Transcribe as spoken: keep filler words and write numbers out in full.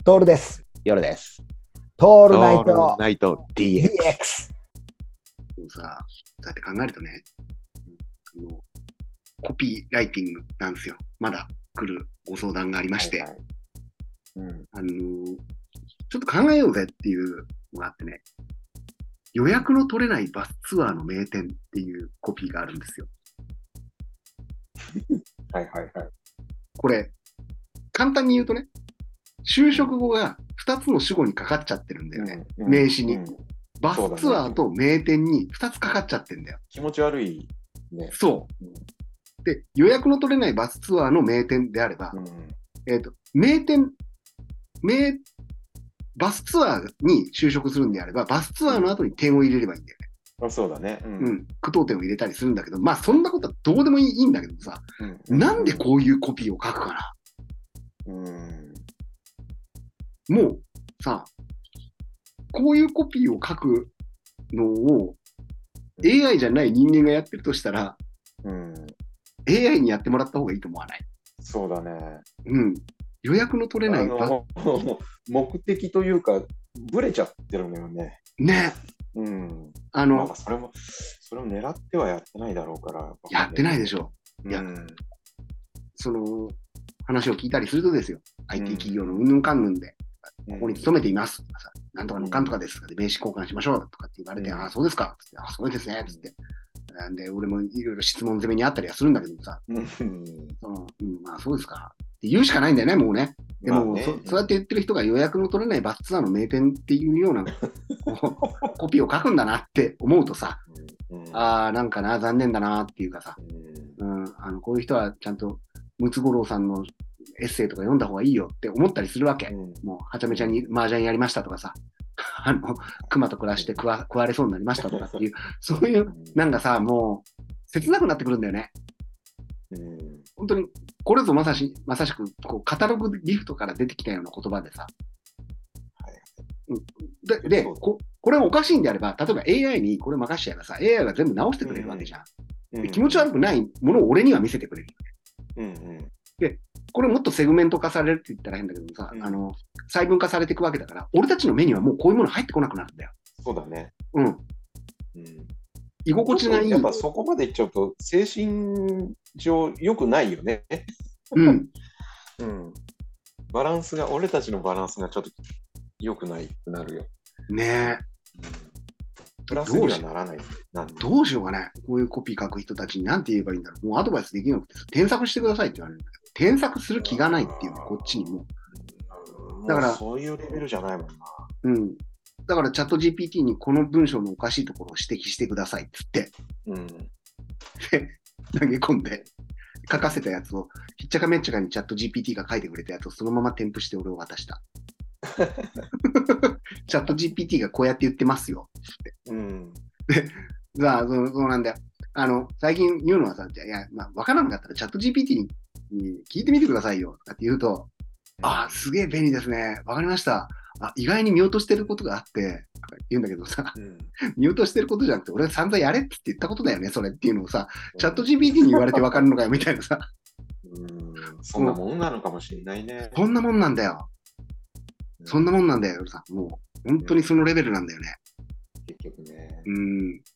トールです。 夜です。 トールナイオールトナイト ディーエックス。 ディーエックス。 もうさ、そうやって考えるとね、あのコピーライティングなんですよ。まだ来るご相談がありまして、 はいはいうん、 あのちょっと考えようぜっていうのがあってね、予約の取れないバスツアーの名店っていうコピーがあるんですよ。 はいはいはい。 これ、簡単に言うとね、就職後がふたつの主語にかかっちゃってるんだよね。 うん名詞に、 うんバスツアーと名店にふたつかかっちゃってるんだよ。 気持ち悪いね。 そう。 うん、 で、予約の取れないバスツアーの名店であれば、 うんえっと、名店、名、バスツアーに就職するんであれば、バスツアーの後に点を入れればいいんだよね。 あ、そうだね。うん。 うん。句読点を入れたりするんだけど、まあそんなことはどうでもいいんだけどさ、 うん、 なんでこういうコピーを書くかな。 うん、 もうさ、こういうコピーを書くのを エーアイ じゃない人間がやってるとしたら、 うん、 エーアイ にやってもらった方がいいと思わない？ そうだね。 うん。予約の取れないバあの目的というか、ブレちゃってるのよね。 ね。 うん。 あの、 まあ、それも、それを狙ってはやってないだろうから。 やってないでしょ。いや、 うん、 その話を聞いたりするとですよ、アイティー 企業のうんぬんかんぬんで、 うん、 ここに勤めていますとかさ、なんとかのかんとかですとかで名刺交換しましょうとかって言われて、 うん、 ああ、そうですかつって、ああ、すごいですねつって。なんで、俺もいろいろ質問攻めにあったりはするんだけどさ、 うん、 そのうん、まあそうですかって言うしかないんだよね、もうね。でも、まあね、そそうやって言ってる人が予約の取れないバスツアーの名店っていうようなコピーを書くんだなって思うとさ、うん、ああ、なんかな、残念だなっていうかさ、うん、あのこういう人はちゃんとムツゴロウさんのエッセイとか読んだ方がいいよって思ったりするわけ。うん、もうはちゃめちゃに麻雀やりましたとかさ、あの熊と暮らして食わ、食われそうになりましたとかっていう、そういうなんかさ、もう切なくなってくるんだよね。うん、本当にこれぞまさしまさしくこうカタログギフトから出てきたような言葉でさ、はいうん、で, でここれがおかしいんであれば、例えば エーアイ にこれ任しちゃえばさ、エーアイ が全部直してくれるわけじゃん。うん、で気持ち悪くないものを俺には見せてくれる。うんうん、でこれもっとセグメント化されるって言ったら変だけどさ、うん、あの細分化されていくわけだから、俺たちの目にはもうこういうもの入ってこなくなるんだよ。 そうだね。 うん。うん居心地がいい。 やっぱそこまでいっちゃうと精神上良くないよね。 うん。 うん。バランスが、俺たちのバランスがちょっと良くないくなるよ。 ねえ。 うん、プラスにはならない。 なんどうしようかね。こういうコピー書く人たちに何て言えばいいんだろう。もうアドバイスできなくて、添削してくださいって言われるんだけど、添削する気がないっていうこっちにも。 だから、そういうレベルじゃないもんな。 うん。だからチャット ジーピーティー にこの文章のおかしいところを指摘してくださいって言って、うん、で投げ込んで書かせたやつをひっちゃかめっちゃかにチャット ジーピーティー が書いてくれたやつをそのまま添付して俺を渡した。チャット ジーピーティー がこうやって言ってますよって。うん、で、さあそう、そうなんだよ。あの最近言うのはさ、いや、まあ、分からなかったらチャット ジーピーティー に聞いてみてくださいよとかって言うと、うん、ああ、すげえ便利ですね。わかりました。あ意外に見落としてることがあってとか言うんだけどさ、うん、見落としてることじゃなくて俺は散々やれって言ったことだよねそれっていうのをさ、うん、チャット ジーピーティー に言われて分かるのかよみたいなさ、 うん、そんなもんなのかもしれないね。 そんなもんなんだよ、うん、そんなもんなんだよさ、もう本当にそのレベルなんだよね、 結局ね。 うん